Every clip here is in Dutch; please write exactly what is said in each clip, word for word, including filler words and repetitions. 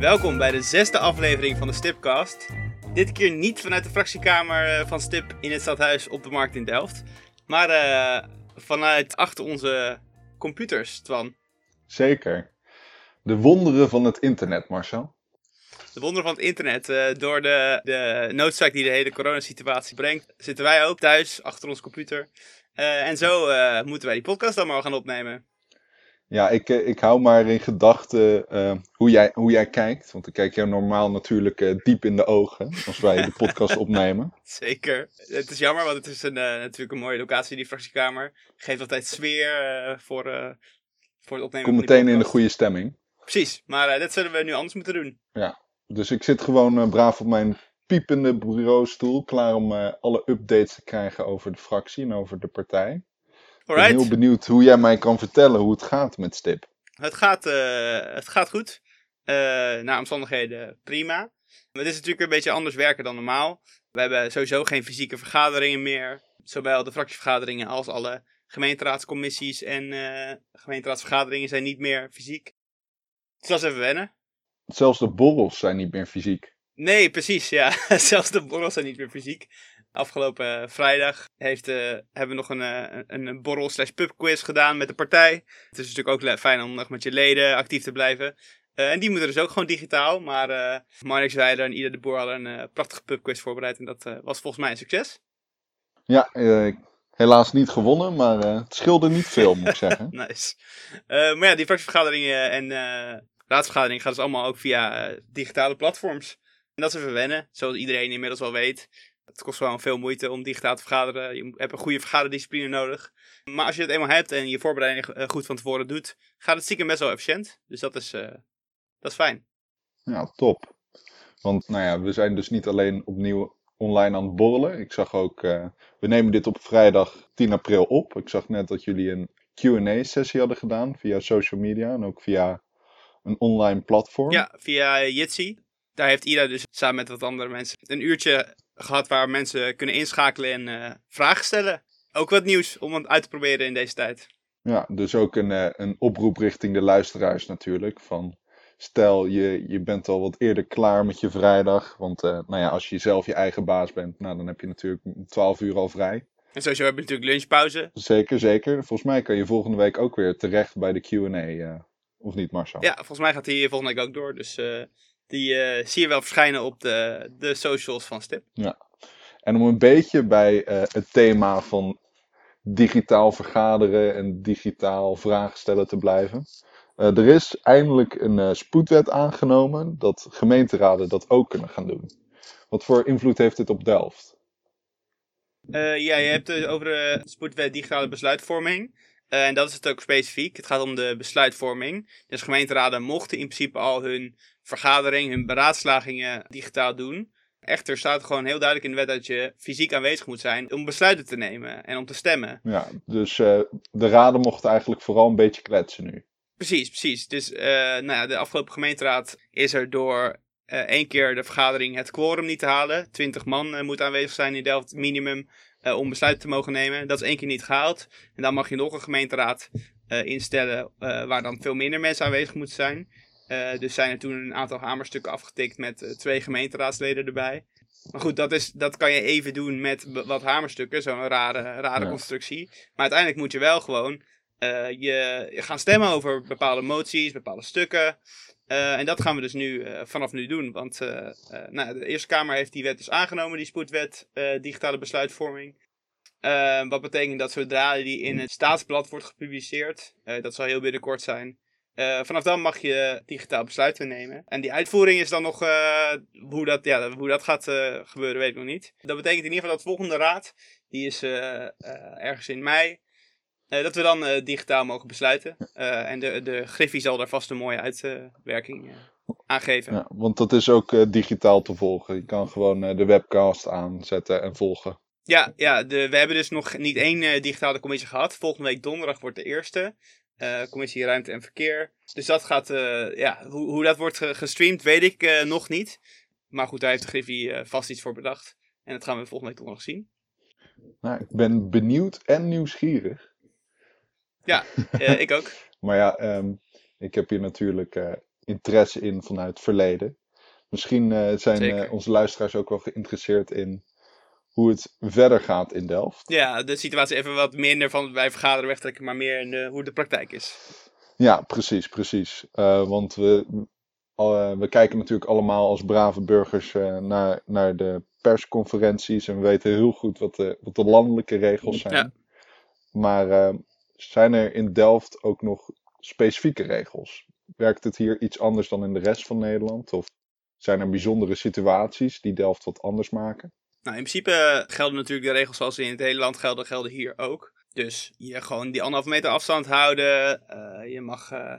Welkom bij de zesde aflevering van de Stipcast. Dit keer niet vanuit de fractiekamer van Stip in het stadhuis op de markt in Delft. Maar uh, vanuit achter onze computers, Twan. Zeker. De wonderen van het internet, Marcel. De wonderen van het internet. Uh, door de, de noodzaak die de hele coronasituatie brengt, zitten wij ook thuis achter onze computer. Uh, en zo uh, moeten wij die podcast dan maar gaan opnemen. Ja, ik, ik hou maar in gedachten uh, hoe, jij, hoe jij kijkt. Want ik kijk jou normaal natuurlijk uh, diep in de ogen als wij de podcast opnemen. Zeker. Het is jammer, want het is een, uh, natuurlijk een mooie locatie, die fractiekamer. Geeft altijd sfeer uh, voor, uh, voor het opnemen Kom van die meteen in de goede stemming. Precies, maar uh, dat zullen we nu anders moeten doen. Ja, dus ik zit gewoon uh, braaf op mijn piepende bureaustoel. Klaar om uh, alle updates te krijgen over de fractie en over de partij. Ik ben heel benieuwd hoe jij mij kan vertellen hoe het gaat met Stip. Het gaat, uh, het gaat goed. Uh, naar omstandigheden prima. Het is natuurlijk een beetje anders werken dan normaal. We hebben sowieso geen fysieke vergaderingen meer. Zowel de fractievergaderingen als alle gemeenteraadscommissies en uh, gemeenteraadsvergaderingen zijn niet meer fysiek. Dus dat is even wennen. Zelfs de borrels zijn niet meer fysiek. Nee, precies, ja. Zelfs de borrels zijn niet meer fysiek. Afgelopen uh, vrijdag heeft, uh, hebben we nog een, uh, een borrel slash pubquiz gedaan met de partij. Het is natuurlijk ook le- fijn om nog met je leden actief te blijven. Uh, en die moeten dus ook gewoon digitaal. Maar uh, Marnix Weider en Ida de Boer hadden een uh, prachtige pubquiz voorbereid. En dat uh, was volgens mij een succes. Ja, uh, helaas niet gewonnen, maar uh, het scheelde niet veel, moet ik zeggen. Nice. Uh, maar ja, die fractievergaderingen en uh, raadsvergaderingen gaan dus allemaal ook via uh, digitale platforms. En dat is even wennen, zoals iedereen inmiddels wel weet. Het kost gewoon veel moeite om digitaal te vergaderen. Je hebt een goede vergaderdiscipline nodig. Maar als je het eenmaal hebt en je voorbereiding goed van tevoren doet, gaat het stiekem best wel efficiënt. Dus dat is, uh, dat is fijn. Ja, top. Want nou ja, we zijn dus niet alleen opnieuw online aan het borrelen. Ik zag ook, uh, we nemen dit op vrijdag tien april op. Ik zag net dat jullie een Q en A sessie hadden gedaan via social media en ook via een online platform. Ja, via Jitsi. Daar heeft Ida dus samen met wat andere mensen een uurtje gehad waar mensen kunnen inschakelen en uh, vragen stellen. Ook wat nieuws om het uit te proberen in deze tijd. Ja, dus ook een, uh, een oproep richting de luisteraars natuurlijk. Van stel je, je bent al wat eerder klaar met je vrijdag. Want uh, nou ja, als je zelf je eigen baas bent, nou, dan heb je natuurlijk twaalf uur al vrij. En sowieso heb je natuurlijk lunchpauze. Zeker, zeker. Volgens mij kan je volgende week ook weer terecht bij de Q en A. Uh, of niet, Marcel? Ja, volgens mij gaat die volgende week ook door. Dus uh, die uh, zie je wel verschijnen op de, de socials van Stip. Ja. En om een beetje bij uh, het thema van digitaal vergaderen en digitaal vragen stellen te blijven. Uh, er is eindelijk een uh, spoedwet aangenomen dat gemeenteraden dat ook kunnen gaan doen. Wat voor invloed heeft dit op Delft? Uh, ja, je hebt het over de spoedwet digitale besluitvorming. Uh, en dat is het ook specifiek. Het gaat om de besluitvorming. Dus gemeenteraden mochten in principe al hun vergadering, hun beraadslagingen digitaal doen. Echter staat er gewoon heel duidelijk in de wet dat je fysiek aanwezig moet zijn om besluiten te nemen en om te stemmen. Ja, dus uh, de raden mochten eigenlijk vooral een beetje kletsen nu. Precies, precies. Dus uh, nou ja, de afgelopen gemeenteraad is er door uh, één keer de vergadering het quorum niet te halen. twintig man uh, moet aanwezig zijn in Delft minimum uh, om besluiten te mogen nemen. Dat is één keer niet gehaald. En dan mag je nog een gemeenteraad uh, instellen uh, waar dan veel minder mensen aanwezig moeten zijn. Uh, dus zijn er toen een aantal hamerstukken afgetikt met uh, twee gemeenteraadsleden erbij. Maar goed, dat, is, dat kan je even doen met b- wat hamerstukken, zo'n rare, rare ja. constructie. Maar uiteindelijk moet je wel gewoon uh, je, je gaan stemmen over bepaalde moties, bepaalde stukken. Uh, en dat gaan we dus nu uh, vanaf nu doen. Want uh, uh, nou, de Eerste Kamer heeft die wet dus aangenomen, die spoedwet uh, digitale besluitvorming. Uh, wat betekent dat zodra die in het staatsblad wordt gepubliceerd, uh, dat zal heel binnenkort zijn. Uh, vanaf dan mag je digitaal besluiten nemen. En die uitvoering is dan nog, uh, hoe, dat, ja, hoe dat gaat uh, gebeuren, weet ik nog niet. Dat betekent in ieder geval dat de volgende raad, die is uh, uh, ergens in mei, uh, dat we dan uh, digitaal mogen besluiten. Uh, en de, de Griffie zal daar vast een mooie uitwerking uh, aangeven. Ja, want dat is ook uh, digitaal te volgen. Je kan gewoon uh, de webcast aanzetten en volgen. Ja, ja de, we hebben dus nog niet één uh, digitale commissie gehad. Volgende week donderdag wordt de eerste. Uh, commissie Ruimte en Verkeer. Dus dat gaat, uh, ja, hoe, hoe dat wordt gestreamd weet ik uh, nog niet. Maar goed, daar heeft de Griffie uh, vast iets voor bedacht. En dat gaan we volgende week donderdag zien. Nou, ik ben benieuwd en nieuwsgierig. Ja, uh, ik ook. Maar ja, um, ik heb hier natuurlijk uh, interesse in vanuit het verleden. Misschien uh, zijn uh, onze luisteraars ook wel geïnteresseerd in hoe het verder gaat in Delft. Ja, de situatie even wat minder van bij vergaderen wegtrekken, maar meer in de, hoe de praktijk is. Ja, precies, precies. Uh, want we, uh, we kijken natuurlijk allemaal als brave burgers uh, naar, naar de persconferenties. En we weten heel goed wat de, wat de landelijke regels zijn. Ja. Maar uh, zijn er in Delft ook nog specifieke regels? Werkt het hier iets anders dan in de rest van Nederland? Of zijn er bijzondere situaties die Delft wat anders maken? Nou, in principe gelden natuurlijk de regels zoals ze in het hele land gelden, gelden hier ook. Dus je gewoon die anderhalve meter afstand houden. Uh, je mag uh,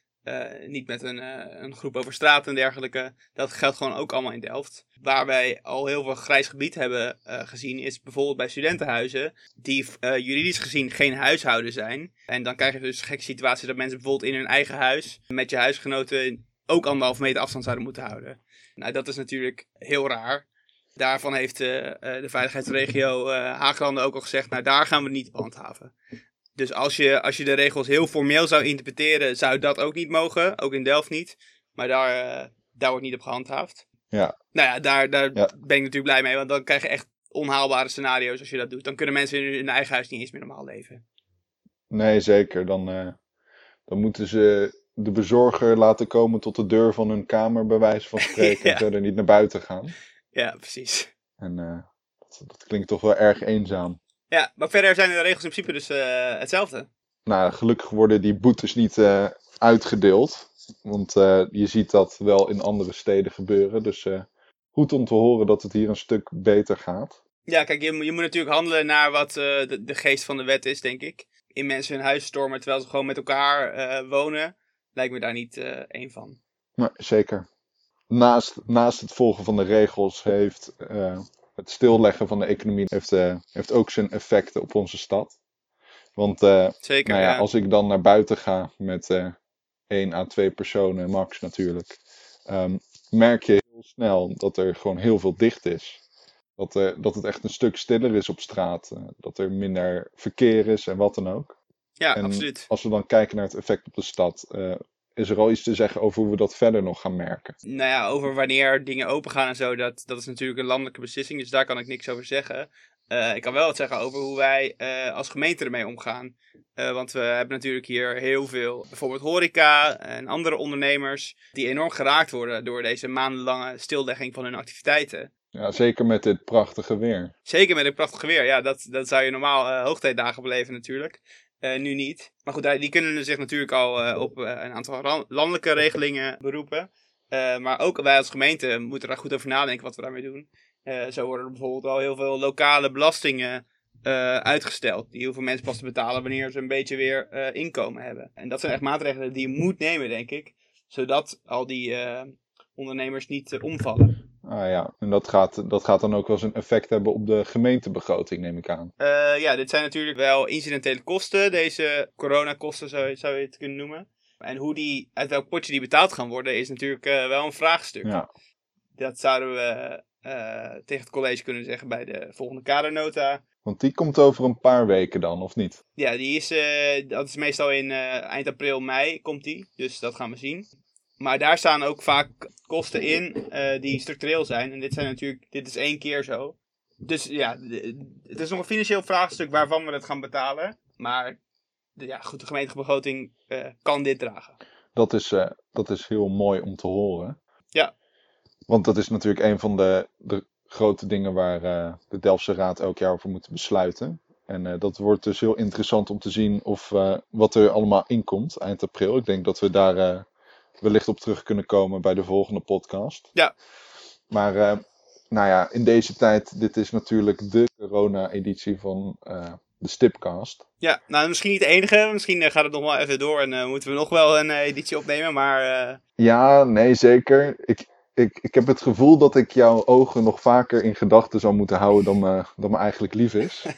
uh, niet met een, uh, een groep over straat en dergelijke. Dat geldt gewoon ook allemaal in Delft. Waar wij al heel veel grijs gebied hebben uh, gezien is bijvoorbeeld bij studentenhuizen. Die uh, juridisch gezien geen huishouden zijn. En dan krijg je dus een gekke situatie dat mensen bijvoorbeeld in hun eigen huis met je huisgenoten ook anderhalve meter afstand zouden moeten houden. Nou, dat is natuurlijk heel raar. Daarvan heeft uh, uh, de veiligheidsregio uh, Haaglanden ook al gezegd, nou daar gaan we niet op handhaven. Dus als je, als je de regels heel formeel zou interpreteren, zou dat ook niet mogen. Ook in Delft niet. Maar daar, uh, daar wordt niet op gehandhaafd. Ja. Nou ja, daar, daar ja. ben ik natuurlijk blij mee. Want dan krijg je echt onhaalbare scenario's als je dat doet. Dan kunnen mensen in hun eigen huis niet eens meer normaal leven. Nee, zeker. Dan, uh, dan moeten ze de bezorger laten komen tot de deur van hun kamer, bij wijze van spreken. ja. En verder niet naar buiten gaan. Ja, precies. En uh, dat, dat klinkt toch wel erg eenzaam. Ja, maar verder zijn de regels in principe dus uh, hetzelfde. Nou, gelukkig worden die boetes niet uh, uitgedeeld. Want uh, je ziet dat wel in andere steden gebeuren. Dus uh, goed om te horen dat het hier een stuk beter gaat. Ja, kijk, je, je moet natuurlijk handelen naar wat uh, de, de geest van de wet is, denk ik. In mensen hun huis stormen terwijl ze gewoon met elkaar uh, wonen, lijkt me daar niet uh, één van. Nee, zeker. Naast, naast het volgen van de regels heeft uh, het stilleggen van de economie heeft, uh, heeft ook zijn effecten op onze stad. Want uh, Zeker, nou ja, ja. als ik dan naar buiten ga met uh, één à twee personen max natuurlijk, um, merk je heel snel dat er gewoon heel veel dicht is. Dat, uh, dat het echt een stuk stiller is op straat. Uh, dat er minder verkeer is en wat dan ook. Ja, en absoluut. Als we dan kijken naar het effect op de stad, uh, is er al iets te zeggen over hoe we dat verder nog gaan merken? Nou ja, over wanneer dingen open gaan en zo, dat, dat is natuurlijk een landelijke beslissing, dus daar kan ik niks over zeggen. Uh, ik kan wel wat zeggen over hoe wij uh, als gemeente ermee omgaan. Uh, want we hebben natuurlijk hier heel veel, bijvoorbeeld horeca en andere ondernemers, die enorm geraakt worden door deze maandenlange stillegging van hun activiteiten. Ja, zeker met dit prachtige weer. Zeker met dit prachtige weer, ja, dat, dat zou je normaal uh, hoogtijdagen beleven natuurlijk. Uh, nu niet. Maar goed, die kunnen zich natuurlijk al uh, op uh, een aantal ran- landelijke regelingen beroepen. Uh, maar ook wij als gemeente moeten daar goed over nadenken wat we daarmee doen. Uh, zo worden er bijvoorbeeld al heel veel lokale belastingen uh, uitgesteld. Die heel veel mensen pas te betalen wanneer ze een beetje weer uh, inkomen hebben. En dat zijn echt maatregelen die je moet nemen, denk ik. Zodat al die uh, ondernemers niet uh, omvallen. Ah ja, en dat gaat, dat gaat dan ook wel eens een effect hebben op de gemeentebegroting, neem ik aan. Uh, ja, dit zijn natuurlijk wel incidentele kosten. Deze coronakosten zou, zou je het kunnen noemen. En hoe die, uit welk potje die betaald gaan worden, is natuurlijk uh, wel een vraagstuk. Ja. Dat zouden we uh, tegen het college kunnen zeggen bij de volgende kadernota. Want die komt over een paar weken dan, of niet? Ja, die is, uh, dat is meestal in uh, eind april, mei komt die. Dus dat gaan we zien. Maar daar staan ook vaak kosten in uh, die structureel zijn. En dit zijn natuurlijk, dit is één keer zo. Dus ja, het is nog een financieel vraagstuk waarvan we het gaan betalen. Maar ja, goed, de gemeentebegroting uh, kan dit dragen. Dat is, uh, dat is heel mooi om te horen. Ja. Want dat is natuurlijk een van de, de grote dingen waar uh, de Delftse Raad elk jaar over moet besluiten. En uh, dat wordt dus heel interessant om te zien of uh, wat er allemaal inkomt eind april. Ik denk dat we daar uh, wellicht op terug kunnen komen bij de volgende podcast. Ja. Maar uh, nou ja, in deze tijd, dit is natuurlijk de corona-editie van uh, de Stipcast. Ja, nou misschien niet de enige. Misschien uh, gaat het nog wel even door en uh, moeten we nog wel een uh, editie opnemen, maar... Uh... Ja, nee, zeker. Ik, ik, ik heb het gevoel dat ik jouw ogen nog vaker in gedachten zou moeten houden dan me, dan me eigenlijk lief is.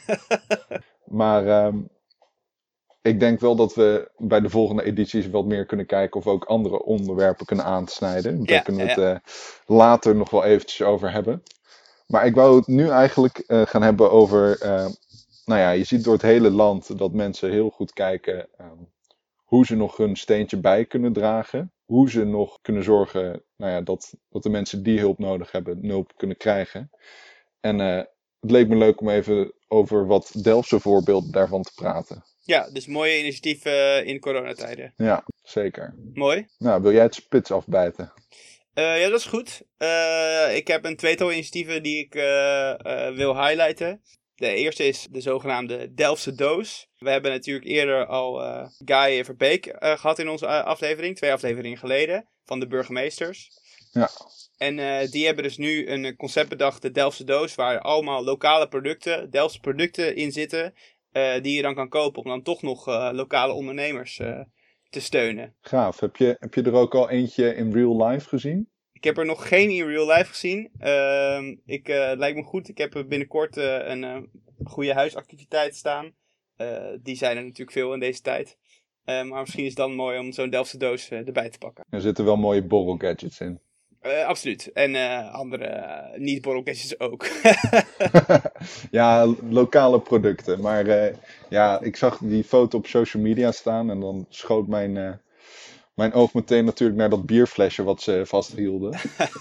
Maar um, ik denk wel dat we bij de volgende edities wat meer kunnen kijken of we ook andere onderwerpen kunnen aansnijden. Daar ja, kunnen we ja, het uh, later nog wel eventjes over hebben. Maar ik wou het nu eigenlijk uh, gaan hebben over... Uh, nou ja, je ziet door het hele land dat mensen heel goed kijken um, hoe ze nog hun steentje bij kunnen dragen hoe ze nog kunnen zorgen nou ja, dat, dat de mensen die hulp nodig hebben, hulp kunnen krijgen. En uh, het leek me leuk om even over wat Delftse voorbeelden daarvan te praten. Ja, dus mooie initiatieven in coronatijden. Ja, zeker. Mooi. Nou, wil jij het spits afbijten? Uh, ja, dat is goed. Uh, ik heb een tweetal initiatieven die ik uh, uh, wil highlighten. De eerste is de zogenaamde Delftse doos. We hebben natuurlijk eerder al uh, Guy Verbeek uh, gehad in onze aflevering, twee afleveringen geleden, van de burgemeesters. Ja. En uh, die hebben dus nu een concept bedacht, de Delftse doos, waar allemaal lokale producten, Delftse producten in zitten, uh, die je dan kan kopen om dan toch nog uh, lokale ondernemers uh, te steunen. Gaaf. Heb je, heb je er ook al eentje in real life gezien? Ik heb er nog geen in real life gezien. Uh, ik, uh, lijkt me goed. Ik heb binnenkort uh, een uh, goede huisactiviteit staan. Uh, die zijn er natuurlijk veel in deze tijd. Uh, maar misschien is het dan mooi om zo'n Delftse doos uh, erbij te pakken. Er zitten wel mooie borrelgadgets in. Uh, absoluut. En uh, andere uh, niet-borrelgadgets ook. Ja, lokale producten. Maar uh, ja, ik zag die foto op social media staan en dan schoot mijn... Uh, Mijn oog meteen natuurlijk naar dat bierflesje wat ze vasthielden.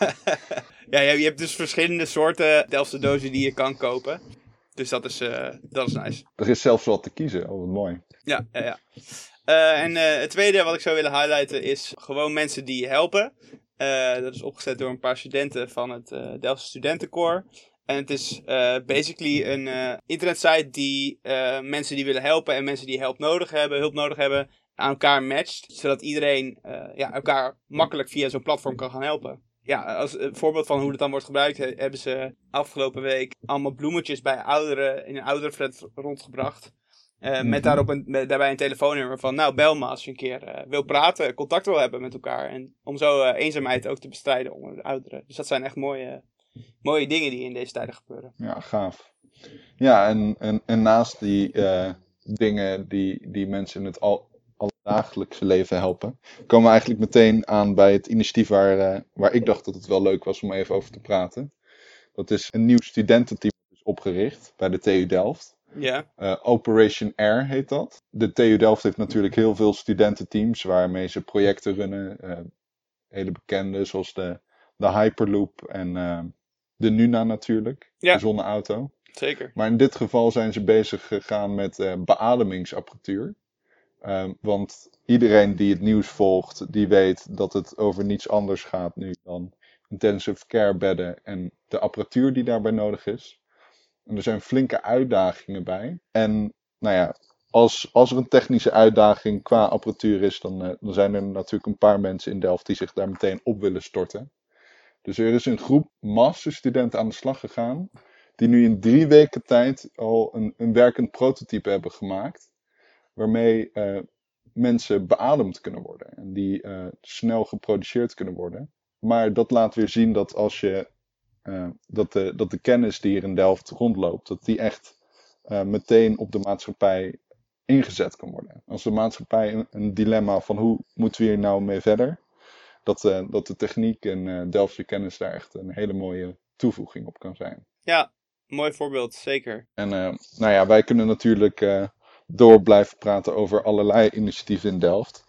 Ja, je hebt dus verschillende soorten Delftse dozen die je kan kopen. Dus dat is, uh, dat is nice. Er is zelfs wat te kiezen. Oh, wat mooi. Ja, ja, ja. Uh, en uh, het tweede wat ik zou willen highlighten is gewoon mensen die helpen. Uh, dat is opgezet door een paar studenten van het uh, Delftse Studentenkoor. En het is uh, basically een uh, internetsite die uh, mensen die willen helpen en mensen die hulp nodig hebben, hulp nodig hebben, aan elkaar matcht, zodat iedereen uh, ja, elkaar makkelijk via zo'n platform kan gaan helpen. Ja, als een voorbeeld van hoe het dan wordt gebruikt, he, hebben ze afgelopen week allemaal bloemetjes bij ouderen in een ouderenflat rondgebracht. Uh, mm-hmm. Met daarop een, met, daarbij een telefoonnummer van, nou bel me als je een keer uh, wil praten, contact wil hebben met elkaar. En om zo uh, eenzaamheid ook te bestrijden onder de ouderen. Dus dat zijn echt mooie, mooie dingen die in deze tijden gebeuren. Ja, gaaf. Ja, en, en, en naast die uh, dingen die, die mensen in het al dagelijkse leven helpen, komen we eigenlijk meteen aan bij het initiatief waar, uh, waar ik dacht dat het wel leuk was om even over te praten. Dat is een nieuw studententeam opgericht bij de T U Delft. Ja. Uh, Operation Air heet dat. De T U Delft heeft natuurlijk heel veel studententeams waarmee ze projecten runnen. Uh, hele bekende zoals de, de Hyperloop en uh, de Nuna natuurlijk. Ja. De zonneauto. Zeker. Maar in dit geval zijn ze bezig gegaan met uh, beademingsapparatuur. Uh, want iedereen die het nieuws volgt, die weet dat het over niets anders gaat nu dan intensive care bedden en de apparatuur die daarbij nodig is. En er zijn flinke uitdagingen bij. En nou ja, als, als er een technische uitdaging qua apparatuur is, dan, uh, dan zijn er natuurlijk een paar mensen in Delft die zich daar meteen op willen storten. Dus er is een groep masterstudenten aan de slag gegaan, die nu in drie weken tijd al een, een werkend prototype hebben gemaakt. Waarmee uh, mensen beademd kunnen worden. En die uh, snel geproduceerd kunnen worden. Maar dat laat weer zien dat als je. Uh, dat, de, dat de kennis die hier in Delft rondloopt. Dat die echt uh, meteen op de maatschappij ingezet kan worden. Als de maatschappij een, een dilemma van hoe moeten we hier nou mee verder. Dat, uh, dat de techniek en uh, Delftse kennis daar echt een hele mooie toevoeging op kan zijn. Ja, mooi voorbeeld, zeker. En uh, nou ja, wij kunnen natuurlijk. Uh, door blijven praten over allerlei initiatieven in Delft.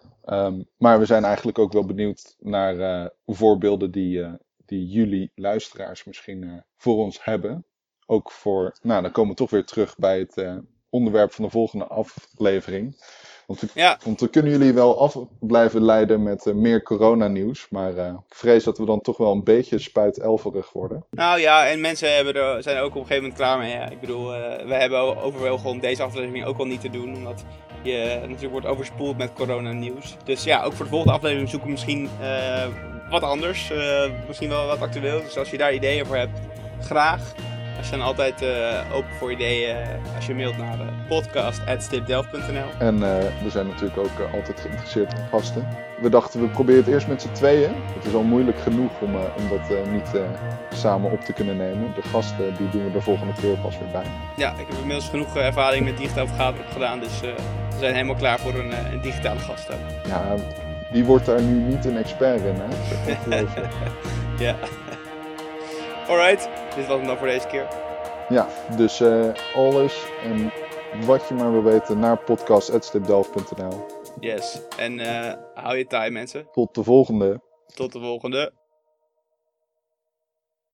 Um, maar we zijn eigenlijk ook wel benieuwd naar uh, voorbeelden die, uh, die jullie luisteraars misschien uh, voor ons hebben. Ook voor, nou dan komen we toch weer terug bij het uh, onderwerp van de volgende aflevering. Want we, ja. want we kunnen jullie wel af blijven leiden met uh, meer coronanieuws. Maar uh, ik vrees dat we dan toch wel een beetje spuitelverig worden. Nou ja, en mensen hebben er, zijn er ook op een gegeven moment klaar mee. Ja. Ik bedoel, uh, we hebben overwogen om deze aflevering ook wel niet te doen. Omdat je natuurlijk wordt overspoeld met coronanieuws. Dus ja, ook voor de volgende aflevering zoeken we misschien uh, wat anders. Uh, misschien wel wat actueel. Dus als je daar ideeën voor hebt, graag. We zijn altijd uh, open voor ideeën als je mailt naar uh, podcast at stipdelft punt n l. En uh, we zijn natuurlijk ook uh, altijd geïnteresseerd in gasten. We dachten, we proberen het eerst met z'n tweeën. Het is al moeilijk genoeg om, uh, om dat uh, niet uh, samen op te kunnen nemen. De gasten die doen we de volgende keer pas weer bij. Ja, ik heb inmiddels genoeg uh, ervaring met digitaal vergaderen gedaan. Dus uh, we zijn helemaal klaar voor een, uh, een digitale gast. Ja, die wordt daar nu niet een expert in, hè? Dat is echt ongelooflijk. Ja. Alright, dit was hem dan voor deze keer. Ja, dus uh, alles en wat je maar wil weten naar podcast at stipdelft punt n l. Yes. En uh, hou je taai, mensen. Tot de volgende. Tot de volgende.